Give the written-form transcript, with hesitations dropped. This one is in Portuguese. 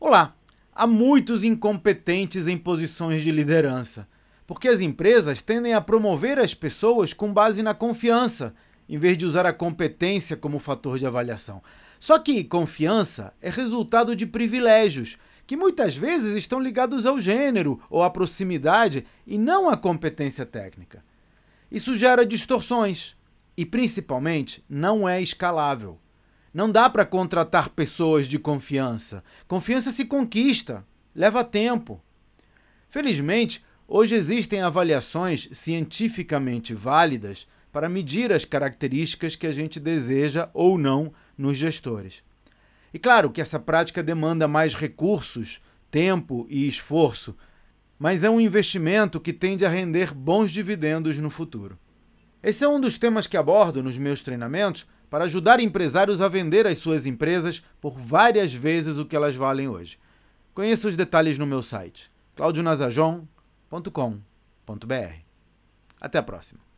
Olá! Há muitos incompetentes em posições de liderança, porque as empresas tendem a promover as pessoas com base na confiança, em vez de usar a competência como fator de avaliação. Só que confiança é resultado de privilégios, que muitas vezes estão ligados ao gênero ou à proximidade e não à competência técnica. Isso gera distorções e, principalmente, não é escalável. Não dá para contratar pessoas de confiança. Confiança se conquista, leva tempo. Felizmente, hoje existem avaliações cientificamente válidas para medir as características que a gente deseja ou não nos gestores. E claro que essa prática demanda mais recursos, tempo e esforço, mas é um investimento que tende a render bons dividendos no futuro. Esse é um dos temas que abordo nos meus treinamentos para ajudar empresários a vender as suas empresas por várias vezes o que elas valem hoje. Conheça os detalhes no meu site, claudionazajon.com.br. Até a próxima!